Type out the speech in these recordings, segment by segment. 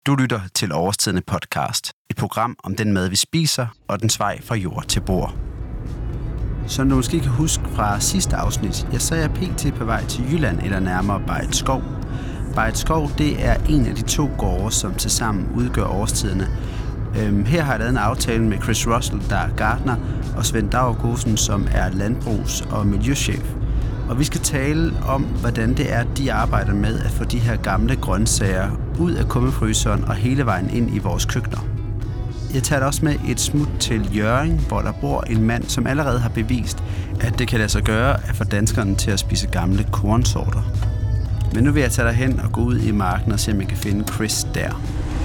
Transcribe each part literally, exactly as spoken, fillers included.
Du lytter til Årstiderne podcast, et program om den mad, vi spiser, og dens vej fra jord til bord. Som du måske kan huske fra sidste afsnit, jeg så er jeg pt. På vej til Jylland, eller nærmere Barrit Skov. Barrit Skov, det er en af de to gårde, som tilsammen udgør Årstiderne. Øhm, her har jeg lavet en aftale med Chris Russell, der er gartner, og Svend Daugaardsen, som er landbrugs- og miljøchef. Og vi skal tale om, hvordan det er, de arbejder med at få de her gamle grøntsager ud af kummefryseren og hele vejen ind i vores køkkener. Jeg tager også med et smut til Hjørring, hvor der bor en mand, som allerede har bevist, at det kan lade sig gøre at få danskerne til at spise gamle kornsorter. Men nu vil jeg tage dig hen og gå ud i marken og se, om jeg kan finde Chris der.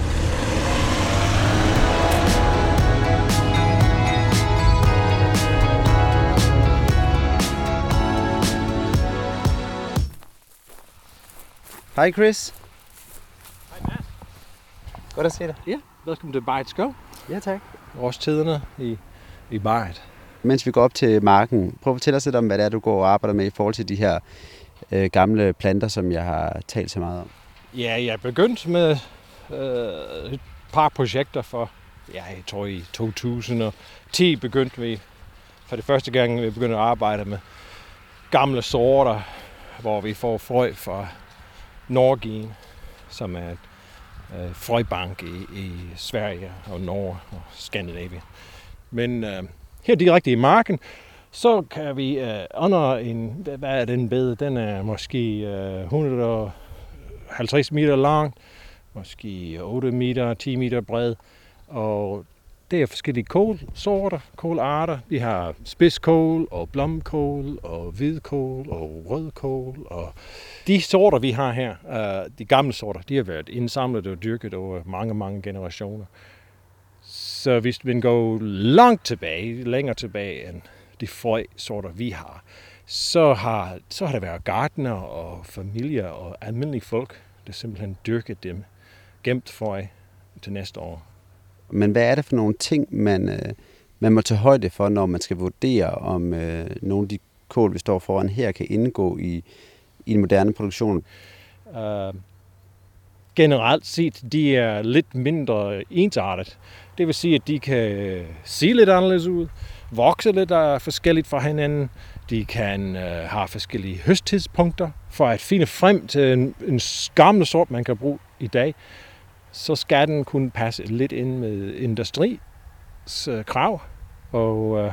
Hej Chris. Hej Mads. Godt at se dig. Ja, velkommen til Barrit Skov. Ja, tak. Årstiderne i, i Barrit. Mens vi går op til marken, prøv at fortælle os lidt om, hvad det er, du går og arbejder med i forhold til de her øh, gamle planter, som jeg har talt så meget om. Ja, jeg begyndte med øh, et par projekter for, ja, jeg tror i to tusind og ti begyndte vi for det første gang, vi begyndte at arbejde med gamle sorter, hvor vi får frø fra Norgine, som er et øh, frøbank i, i Sverige og Norge og Skandinavien. Men øh, her direkte i marken, så kan vi øh, under en, hvad er den bed? Den er måske øh, et hundrede og halvtreds meter lang, måske otte meter, ti meter bred, og det er forskellige kålsorter, kålarter. Vi har spidskål og blomkål og hvidkål og rødkål. Og de sorter, vi har her, de gamle sorter, de har været indsamlet og dyrket over mange, mange generationer. Så hvis vi går langt tilbage, længere tilbage end de frøsorter, vi har, så har, så har der været gartner og familier og almindelige folk, der simpelthen dyrket dem, gemt frø til næste år. Men hvad er det for nogle ting, man, øh, man må tage højde for, når man skal vurdere, om øh, nogle af de kål, vi står foran her, kan indgå i, i en moderne produktion? Uh, generelt set, de er lidt mindre ensartet. Det vil sige, at de kan se lidt anderledes ud, vokse lidt forskelligt fra hinanden. De kan uh, have forskellige høsttidspunkter for at finde frem til en, en gamle sort, man kan bruge i dag. Så skal den kunne passe lidt ind med industris uh, krav, og uh,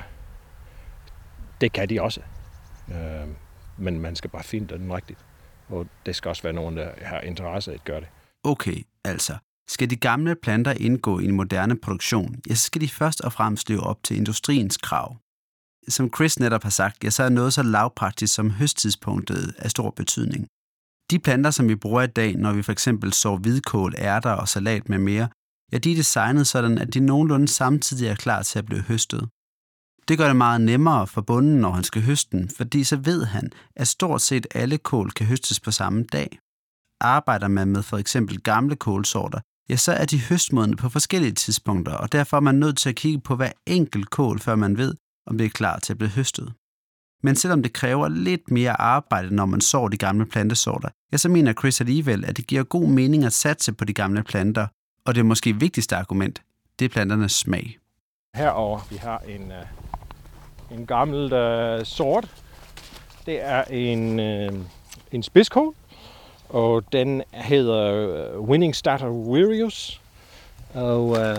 det kan de også. Uh, men man skal bare finde den rigtigt, og det skal også være nogen, der har interesse i at gøre det. Okay, altså. Skal de gamle planter indgå i en moderne produktion, ja, så skal de først og fremmest leve op til industriens krav. Som Chris netop har sagt, ja, så er noget så lavpraktisk som høsttidspunktet af stor betydning. De planter, som vi bruger i dag, når vi for eksempel sår hvidkål, ærter og salat med mere, ja, de er designet sådan, at de nogenlunde samtidig er klar til at blive høstet. Det gør det meget nemmere for bonden, når han skal høste den, fordi så ved han, at stort set alle kål kan høstes på samme dag. Arbejder man med for eksempel gamle kålsorter, ja, så er de høstmodne på forskellige tidspunkter, og derfor er man nødt til at kigge på hver enkelt kål, før man ved, om det er klar til at blive høstet. Men selvom det kræver lidt mere arbejde, når man sår de gamle plantesorter, ja, så mener Chris alligevel, at det giver god mening at satse på de gamle planter. Og det måske vigtigste argument, det er planternes smag. Herover vi har en, uh, en gammel uh, sort. Det er en, uh, en spidskål, og den hedder uh, Winning Starter Virius. Og uh,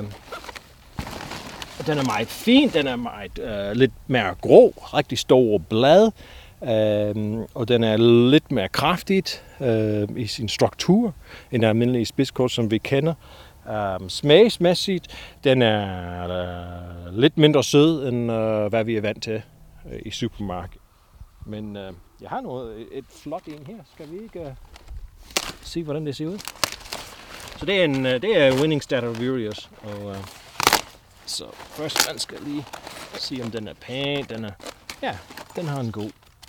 den er meget fin, den er meget uh, lidt mere grå, rigtig store blad, uh, og den er lidt mere kraftigt uh, i sin struktur end den almindelige spidskål, som vi kender. Um, smagsmæssigt, den er uh, lidt mindre sød end uh, hvad vi er vant til uh, i supermarkedet. Men uh, jeg har noget, et flot en her. Skal vi ikke uh, se, hvordan det ser ud? Så det er en, uh, det er Winning Starter Virius, og uh, så først man skal lige se, om den er pæn. Den er, ja, den har en god.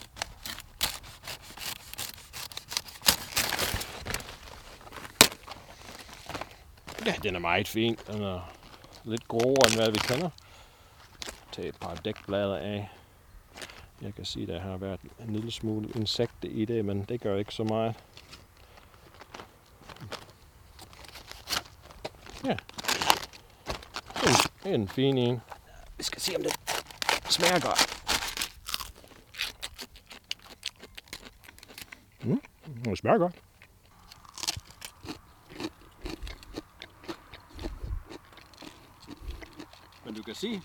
Ja, den er meget fin. Den er lidt grovere, end hvad vi kender. Tag et par dækblader af. Jeg kan sige, at der har været en lille smule insekter i det, men det gør ikke så meget. Ja. Det er en fin en. Vi skal se, om det smager godt. Mm, det smager godt. Men du kan se.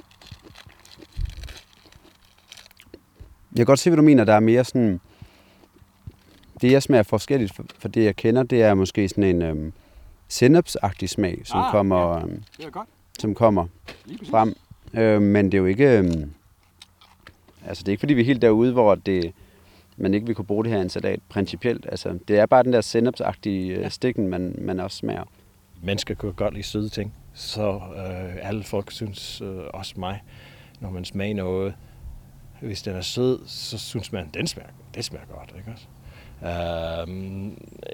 Jeg kan godt se, hvad du mener. Der er mere sådan... Det, jeg smager forskelligt for, for det, jeg kender, det er måske sådan en øhm, sennepsagtig smag, som ah, kommer, ja. øhm, det er godt. som kommer frem. Øh, men det er jo ikke... Øhm, altså, det er ikke, fordi vi er helt derude, hvor det, man ikke vil kunne bruge det her i en salat principielt. Altså, det er bare den der sennepsagtige øh, stikken, man, man også smager. Mennesker kan godt lide søde ting, så øh, alle folk synes, øh, også mig, når man smager noget, hvis den er sød, så synes man, den smager, det smager godt, ikke også? Uh,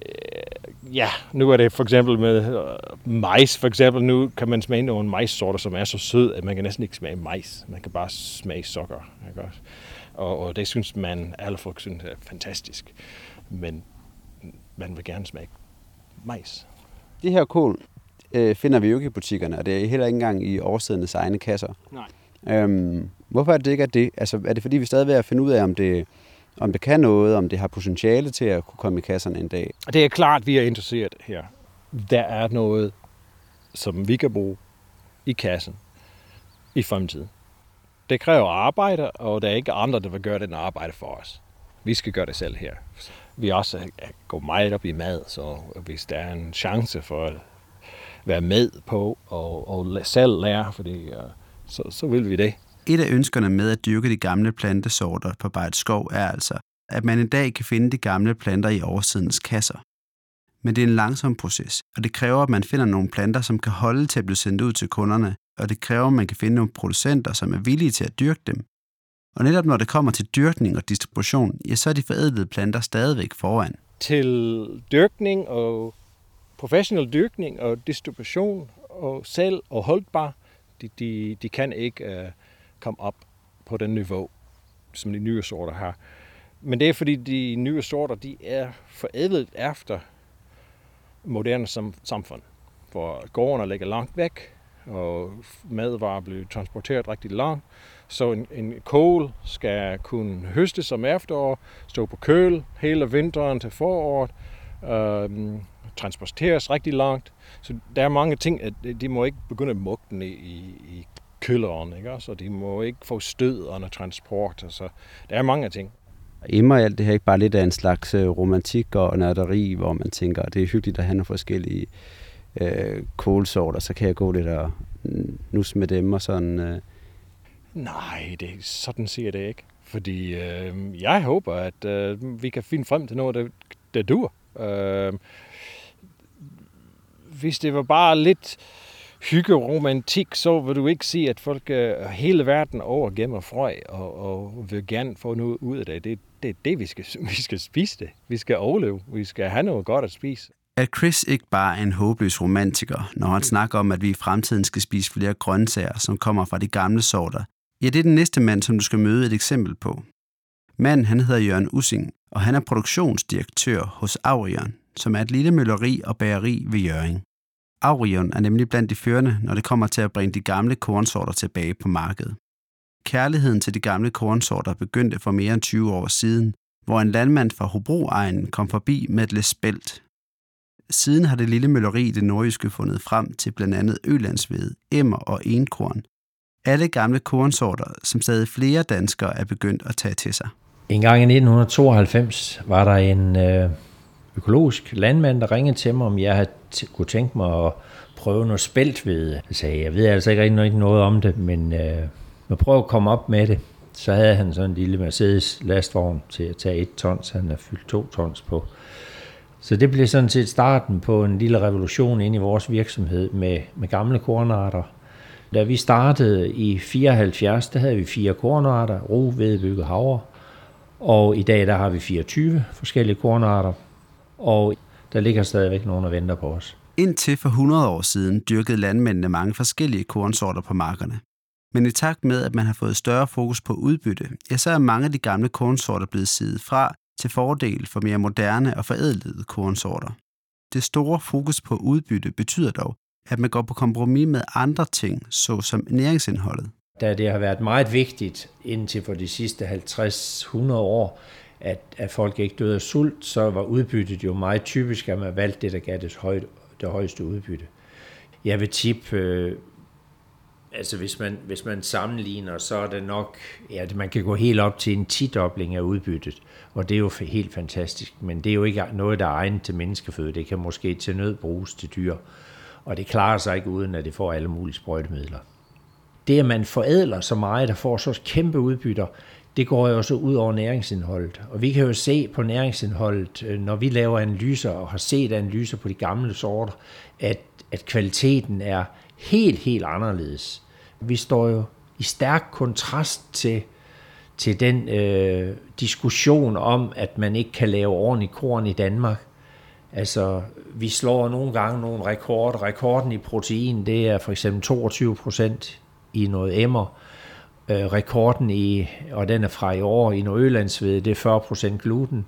ja, nu er det for eksempel med uh, majs. For eksempel nu kan man smage nogle majssorter, som er så sød, at man kan næsten ikke smage majs. Man kan bare smage sukker, ikke også? Og, og det synes man, alle folk synes er fantastisk. Men man vil gerne smage majs. Det her kål øh, finder vi jo ikke i butikkerne, og det er heller ikke engang i årsidernes egne kasser. Nej. Øhm, hvorfor er det ikke er det? Altså, er det fordi, vi stadig er at finde ud af, om det, om det kan noget, om det har potentiale til at kunne komme i kasserne en dag? Det er klart, vi er interesseret her. Der er noget, som vi kan bruge i kassen i fremtiden. Det kræver arbejde, og der er ikke andre, der vil gøre den arbejde for os. Vi skal gøre det selv her. Vi også går meget op i mad, så hvis der er en chance for at være med på og, og selv lære, fordi, så, så vil vi det. Et af ønskerne med at dyrke de gamle plantesorter på Barrets Skov er altså, at man en dag kan finde de gamle planter i årsidens kasser. Men det er en langsom proces, og det kræver, at man finder nogle planter, som kan holde til at blive sendt ud til kunderne, og det kræver, at man kan finde nogle producenter, som er villige til at dyrke dem. Og netop når det kommer til dyrkning og distribution, ja, så er de forædlede planter stadigvæk foran. Til dyrkning og professionel dyrkning og distribution og salg og holdbar, de, de, de kan ikke uh, komme op på den niveau, som de nye sorter har. Men det er fordi, de nye sorter, de er forædlet efter moderne sam- samfund, hvor gårdene ligger langt væk, og madvarer bliver transporteret rigtig langt. Så en, en kål skal kunne høstes om efterår, stå på køl hele vinteren til foråret, øh, transporteres rigtig langt. Så der er mange ting, at de må ikke begynde at mukke den i, i, i køleren, ikke? Så de må ikke få stød under transport. Så der er mange ting. Emmer alt det her ikke bare lidt af en slags romantik og nørderi, hvor man tænker, at det er hyggeligt at have nogle forskellige øh, kålsorter, så kan jeg gå lidt og nus med dem og sådan... Øh. Nej, det, sådan siger det ikke. Fordi øh, jeg håber, at øh, vi kan finde frem til noget, der, der dur. Øh, hvis det var bare lidt hyggeromantik, så vil du ikke se, at folk øh, hele verden over gemmer frø og, og vil gerne få noget ud af det. Det, det er det, vi skal, vi skal spise det. Vi skal overleve. Vi skal have noget godt at spise. Er Chris ikke bare en håbløs romantiker, når han snakker om, at vi i fremtiden skal spise flere grøntsager, som kommer fra de gamle sorter? Ja, det er den næste mand, som du skal møde et eksempel på. Manden, han hedder Jørgen Ussing, og han er produktionsdirektør hos Aurion, som er et lille mølleri og bageri ved Hjørring. Aurion er nemlig blandt de førende, når det kommer til at bringe de gamle kornsorter tilbage på markedet. Kærligheden til de gamle kornsorter begyndte for mere end tyve år siden, hvor en landmand fra Hobro-egnen kom forbi med et læs spelt. Siden har det lille mølleri i det nordjyske fundet frem til blandt andet ølandshvede, emmer og enkorn. Alle gamle kornsorter, som stadig flere danskere er begyndt at tage til sig. En gang i nitten tooghalvfems var der en øh, økologisk landmand, der ringede til mig, om jeg havde t- kunne tænke mig at prøve noget spelthvede. Jeg sagde, jeg ved altså ikke rigtig noget om det, men øh, jeg prøver at komme op med det. Så havde han sådan en lille Mercedes lastvogn til at tage et tons, han havde fyldt to tons på. Så det blev sådan set starten på en lille revolution inde i vores virksomhed med, med gamle kornarter. Da vi startede i fireoghalvfjerds, der havde vi fire kornarter, ro, hvedebygge, havre. Og i dag der har vi fireogtyve forskellige kornarter, og der ligger stadigvæk nogen og venter på os. Indtil for hundrede år siden dyrkede landmændene mange forskellige kornsorter på markerne. Men i takt med, at man har fået større fokus på udbytte, ja, så er mange af de gamle kornsorter blevet sidet fra til fordel for mere moderne og forædlede kornsorter. Det store fokus på udbytte betyder dog, at man går på kompromis med andre ting, såsom næringsindholdet. Da det har været meget vigtigt indtil for de sidste halvtreds til hundrede år, at, at folk ikke døde af sult, så var udbyttet jo meget typisk, at man valgte det, der gav det, høj, det højeste udbytte. Jeg vil tippe, øh, altså hvis man, hvis man sammenligner, så er det nok, ja, man kan gå helt op til en tidobling af udbyttet, og det er jo helt fantastisk, men det er jo ikke noget, der er egnet til menneskeføde. Det kan måske til nød bruges til dyr, og det klarer sig ikke uden, at det får alle mulige sprøjtemidler. Det, at man forædler så meget, der får så kæmpe udbytter, det går jo også ud over næringsindholdet. Og vi kan jo se på næringsindholdet, når vi laver analyser og har set analyser på de gamle sorter, at, at kvaliteten er helt, helt anderledes. Vi står jo i stærk kontrast til, til den øh, diskussion om, at man ikke kan lave ordentlig korn i Danmark. Altså, vi slår nogle gange nogle rekorder. Rekorden i protein, det er for eksempel toogtyve procent i noget emmer. Øh, rekorden i, og den er fra i år, i Nordjyllandshvede, det er fyrre procent gluten.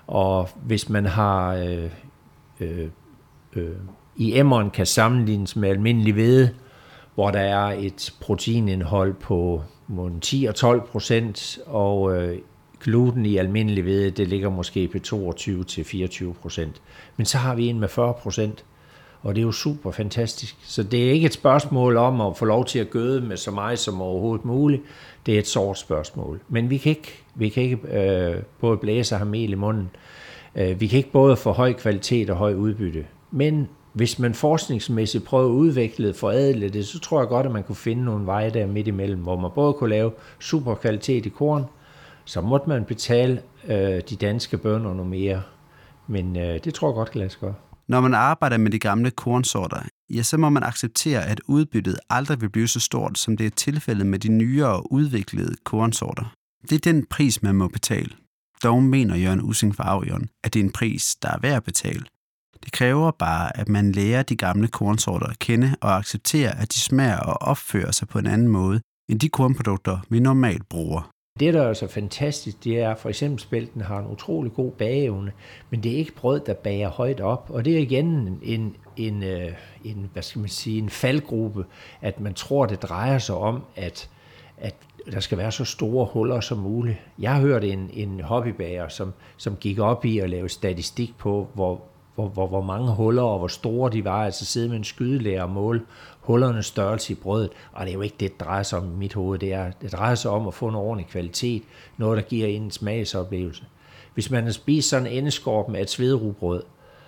Og hvis man har øh, øh, øh, i emmeren kan sammenlignes med almindelig hvede, hvor der er et proteinindhold på ti og tolv procent, og øh, gluten i almindelig hvede, det ligger måske på toogtyve til fireogtyve procent. Men så har vi en med fyrre procent, og det er jo super fantastisk. Så det er ikke et spørgsmål om at få lov til at gøde med så meget som overhovedet muligt. Det er et sort spørgsmål. Men vi kan ikke, vi kan ikke øh, både blæse og have mel i munden. Øh, vi kan ikke både få høj kvalitet og høj udbytte. Men hvis man forskningsmæssigt prøver at udvikle, forædle det, så tror jeg godt, at man kunne finde nogle veje der midt imellem, hvor man både kunne lave super kvalitet i korn, så måtte man betale øh, de danske bønder noget mere. Men øh, det tror jeg godt kan lade sig gøre. Når man arbejder med de gamle kornsorter, ja, så må man acceptere, at udbyttet aldrig vil blive så stort, som det er tilfældet med de nyere udviklede kornsorter. Det er den pris, man må betale. Dog mener Jørgen Ussing fra Aurion, at det er en pris, der er værd at betale. Det kræver bare, at man lærer de gamle kornsorter at kende og accepterer, at de smager og opfører sig på en anden måde, end de kornprodukter, vi normalt bruger. Det, der er så fantastisk, det er, at for eksempel spelten har en utrolig god bageevne, men det er ikke brød, der bager højt op. Og det er igen en, en, en, en, hvad skal man sige, en faldgruppe, at man tror, det drejer sig om, at, at der skal være så store huller som muligt. Jeg har hørt en, en hobbybager, som, som gik op i at lave statistik på, hvor Hvor, hvor, hvor mange huller og hvor store de var, altså sidde med en skydelærer og måle hullernes størrelse i brødet, og det er jo ikke det, det drejer sig om i mit hoved, det, er, det drejer sig om at få en ordentlig kvalitet, noget, der giver en smagsoplevelse. Hvis man har spist sådan en endeskorp med et svedrugbrød,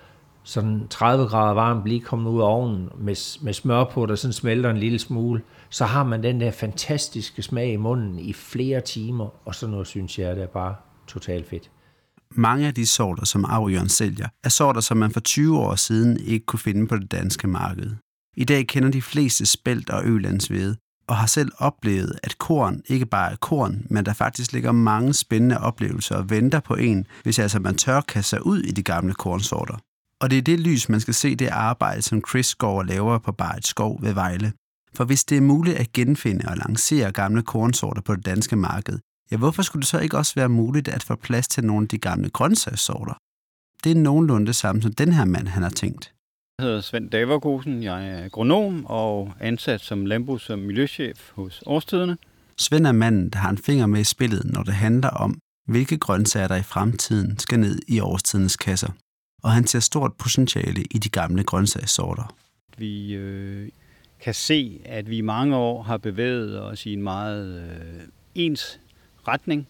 sådan tredive grader varmt lige kommet ud af ovnen med, med smør på, der sådan smelter en lille smule, så har man den der fantastiske smag i munden i flere timer, og sådan noget synes jeg, det er bare totalt fedt. Mange af de sorter, som Aurion sælger, er sorter, som man for tyve år siden ikke kunne finde på det danske marked. I dag kender de fleste spelt og ølandshvede, og har selv oplevet, at korn ikke bare er korn, men der faktisk ligger mange spændende oplevelser og venter på en, hvis altså man tør kaste sig ud i de gamle kornsorter. Og det er det lys, man skal se det arbejde, som Chris går og laver på Barrits Skov ved Vejle. For hvis det er muligt at genfinde og lancere gamle kornsorter på det danske marked, ja, hvorfor skulle det så ikke også være muligt at få plads til nogle af de gamle grøntsagssorter? Det er nogenlunde det samme, som den her mand han har tænkt. Jeg hedder Svend Daverkosen, jeg er agronom og ansat som landbrugs- og miljøchef hos Årstiderne. Svend er manden, der har en finger med i spillet, når det handler om, hvilke grøntsager der i fremtiden skal ned i Årstidernes kasser. Og han ser stort potentiale i de gamle grøntsagssorter. Vi øh, kan se, at vi i mange år har bevæget os i en meget øh, ens retning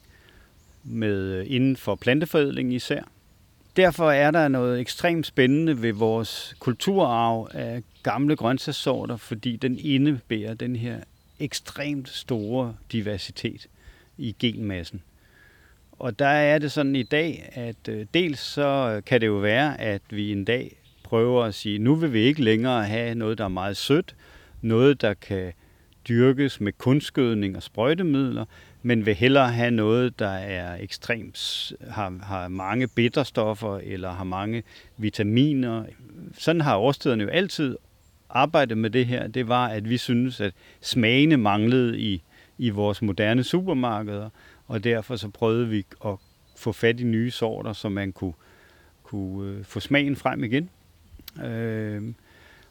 med inden for planteforædling især. Derfor er der noget ekstremt spændende ved vores kulturarv af gamle grøntsagssorter, fordi den indebærer den her ekstremt store diversitet i genmassen. Og der er det sådan i dag, at dels så kan det jo være, at vi en dag prøver at sige, nu vil vi ikke længere have noget, der er meget sødt, noget, der kan dyrkes med kunstgødning og sprøjtemidler, men vil hellere have noget, der er ekstremt, har, har mange bitterstoffer eller har mange vitaminer. Sådan har Årstiderne jo altid arbejdet med det her. Det var, at vi synes, at smagene manglede i, i vores moderne supermarkeder, og derfor så prøvede vi at få fat i nye sorter, så man kunne, kunne få smagen frem igen. Øh,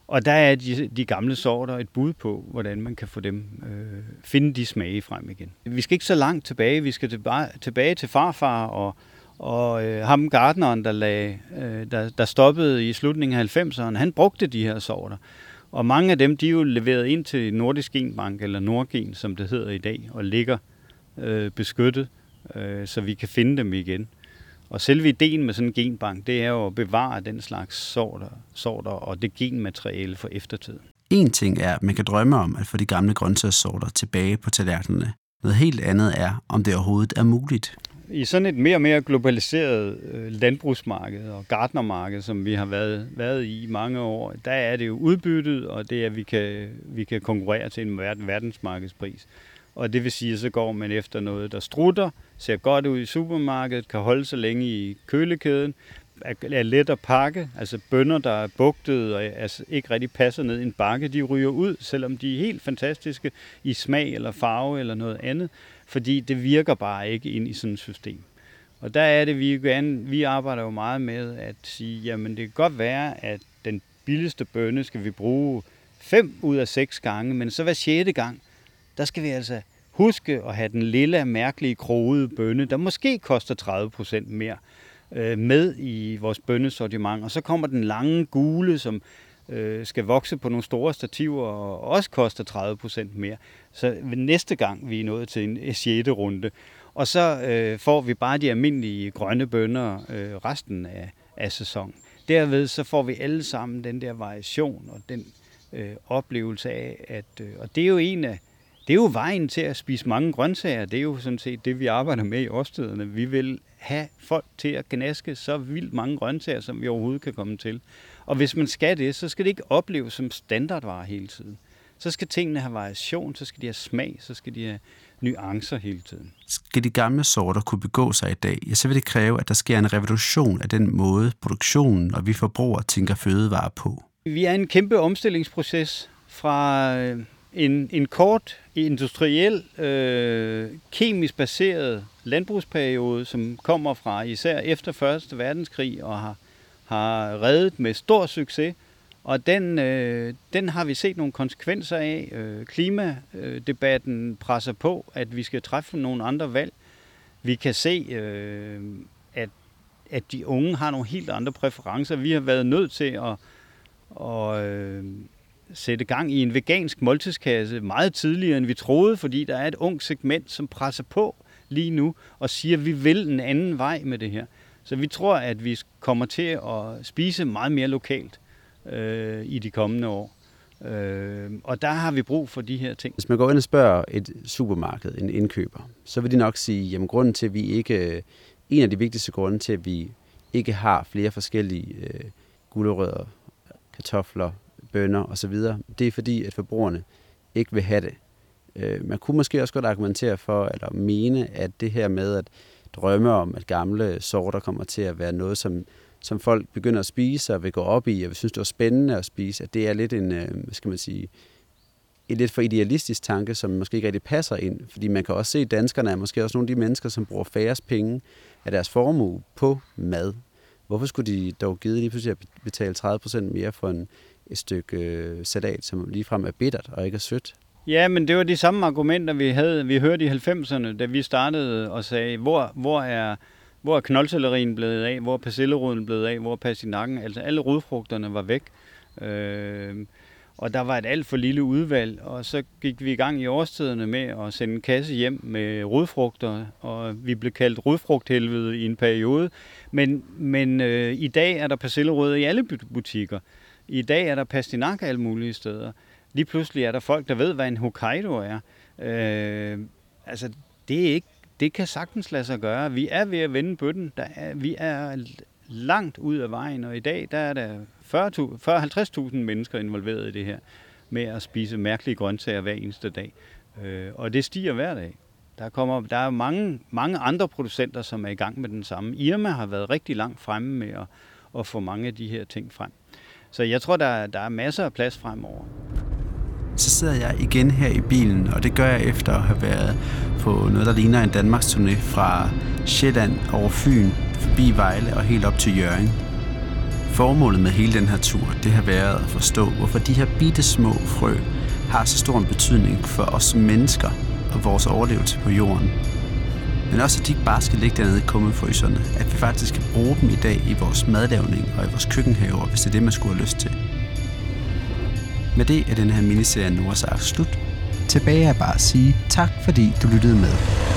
Og der er de, de gamle sorter et bud på, hvordan man kan få dem, øh, finde de smage frem igen. Vi skal ikke så langt tilbage, vi skal tilbage, tilbage til farfar og, og øh, ham gartneren, der, lag, øh, der, der stoppede i slutningen af halvfemserne, han brugte de her sorter. Og mange af dem, de er jo leveret ind til Nordisk Genbank, eller Nordgen, som det hedder i dag, og ligger øh, beskyttet, øh, så vi kan finde dem igen. Og selve ideen med sådan en genbank, det er jo at bevare den slags sorter, sorter og det genmateriale for eftertiden. En ting er, at man kan drømme om at få de gamle grøntsagssorter tilbage på tallerkenerne. Noget helt andet er, om det overhovedet er muligt. I sådan et mere og mere globaliseret landbrugsmarked og gartnermarked, som vi har været, været i mange år, der er det jo udbyttet, og det er, at vi kan, vi kan konkurrere til en verdensmarkedspris. Og det vil sige, at så går man efter noget, der strutter, ser godt ud i supermarkedet, kan holde sig længe i kølekæden, er let at pakke. Altså bønner, der er bugtet og altså ikke rigtig passer ned i en bakke, de ryger ud, selvom de er helt fantastiske i smag eller farve eller noget andet, fordi det virker bare ikke ind i sådan et system. Og der er det, vi gerne, vi arbejder jo meget med at sige, jamen det kan godt være, at den billigste bønne skal vi bruge fem ud af seks gange, men så hver sjette gang, der skal vi altså huske at have den lille, mærkelige, krogede bønne, der måske koster tredive procent mere, med i vores bønnesortiment. Og så kommer den lange gule, som øh, skal vokse på nogle store stativer og også koster tredive procent mere. Så næste gang vi er nået til en sjette runde. Og så øh, får vi bare de almindelige grønne bønner øh, resten af, af sæsonen. Derved så får vi alle sammen den der variation og den øh, oplevelse af, at øh, og det er jo en af Det er jo vejen til at spise mange grøntsager. Det er jo sådan set det, vi arbejder med i årstiderne. Vi vil have folk til at gnaske så vildt mange grøntsager, som vi overhovedet kan komme til. Og hvis man skal det, så skal det ikke opleves som standardvarer hele tiden. Så skal tingene have variation, så skal de have smag, så skal de have nuancer hele tiden. Skal de gamle sorter kunne begå sig i dag, ja, så vil det kræve, at der sker en revolution af den måde, produktionen og vi forbrugere tænker fødevarer på. Vi er en kæmpe omstillingsproces fra En, en kort, industriel, øh, kemisk baseret landbrugsperiode, som kommer fra især efter første verdenskrig og har, har reddet med stor succes. Og den, øh, den har vi set nogle konsekvenser af. Øh, klimadebatten presser på, at vi skal træffe nogle andre valg. Vi kan se, øh, at, at de unge har nogle helt andre præferencer. Vi har været nødt til at... Og, øh, sætte gang i en vegansk måltidskasse meget tidligere, end vi troede, fordi der er et ungt segment, som presser på lige nu og siger, at vi vil en anden vej med det her. Så vi tror, at vi kommer til at spise meget mere lokalt øh, i de kommende år. Øh, og der har vi brug for de her ting. Hvis man går ind og spørger et supermarked, en indkøber, så vil de nok sige, jamen grunden til, at vi ikke, en af de vigtigste grunde til, at vi ikke har flere forskellige øh, gulerødder, kartofler, bønner osv., det er fordi, at forbrugerne ikke vil have det. Øh, man kunne måske også godt argumentere for, eller mene, at det her med at drømme om, at gamle sorter kommer til at være noget, som, som folk begynder at spise og vil gå op i, og vi synes, det er spændende at spise, at det er lidt en, øh, hvad skal man sige, en lidt for idealistisk tanke, som måske ikke rigtig passer ind, fordi man kan også se, at danskerne er måske også nogle af de mennesker, som bruger færrest penge af deres formue på mad. Hvorfor skulle de dog give lige pludselig at betale tredive procent mere for en et stykke øh, salat, som ligefrem er bittert og ikke er sødt? Ja, men det var de samme argumenter, vi havde, vi hørte i halvfemserne, da vi startede og sagde, hvor, hvor er, hvor er knoldsellerien blevet af, hvor er persilleroden blevet af, hvor er pastinakken, altså alle rodfrugterne var væk. Øh, og der var et alt for lille udvalg, og så gik vi i gang i årstiderne med at sende en kasse hjem med rodfrugter, og vi blev kaldt rodfrugthelvede i en periode. Men, men øh, i dag er der persillerødder i alle butikker. I dag er der pastinak alle mulige steder. Lige pludselig er der folk, der ved, hvad en Hokkaido er. Øh, altså, det, er ikke, det kan sagtens lade sig gøre. Vi er ved at vende bøtten. Der er, vi er langt ud af vejen, og i dag der er der fyrre til halvtreds tusind mennesker involveret i det her, med at spise mærkelige grøntsager hver eneste dag. Øh, og det stiger hver dag. Der, kommer, der er mange, mange andre producenter, som er i gang med den samme. Irma har været rigtig langt fremme med at, at få mange af de her ting frem. Så jeg tror, der, der er masser af plads fremover. Så sidder jeg igen her i bilen, og det gør jeg efter at have været på noget, der ligner en Danmarksturné fra Sjælland over Fyn, forbi Vejle og helt op til Hjørring. Formålet med hele den her tur, det har været at forstå, hvorfor de her bitte små frø har så stor en betydning for os mennesker og vores overlevelse på jorden. Men også, at de ikke bare skal ligge dernede i kummefryserne, at vi faktisk kan bruge dem i dag i vores madlavning og i vores køkkenhaver, hvis det er det, man skulle have lyst til. Med det er den her miniserie Noahs Ark slut. Tilbage er bare at sige tak, fordi du lyttede med.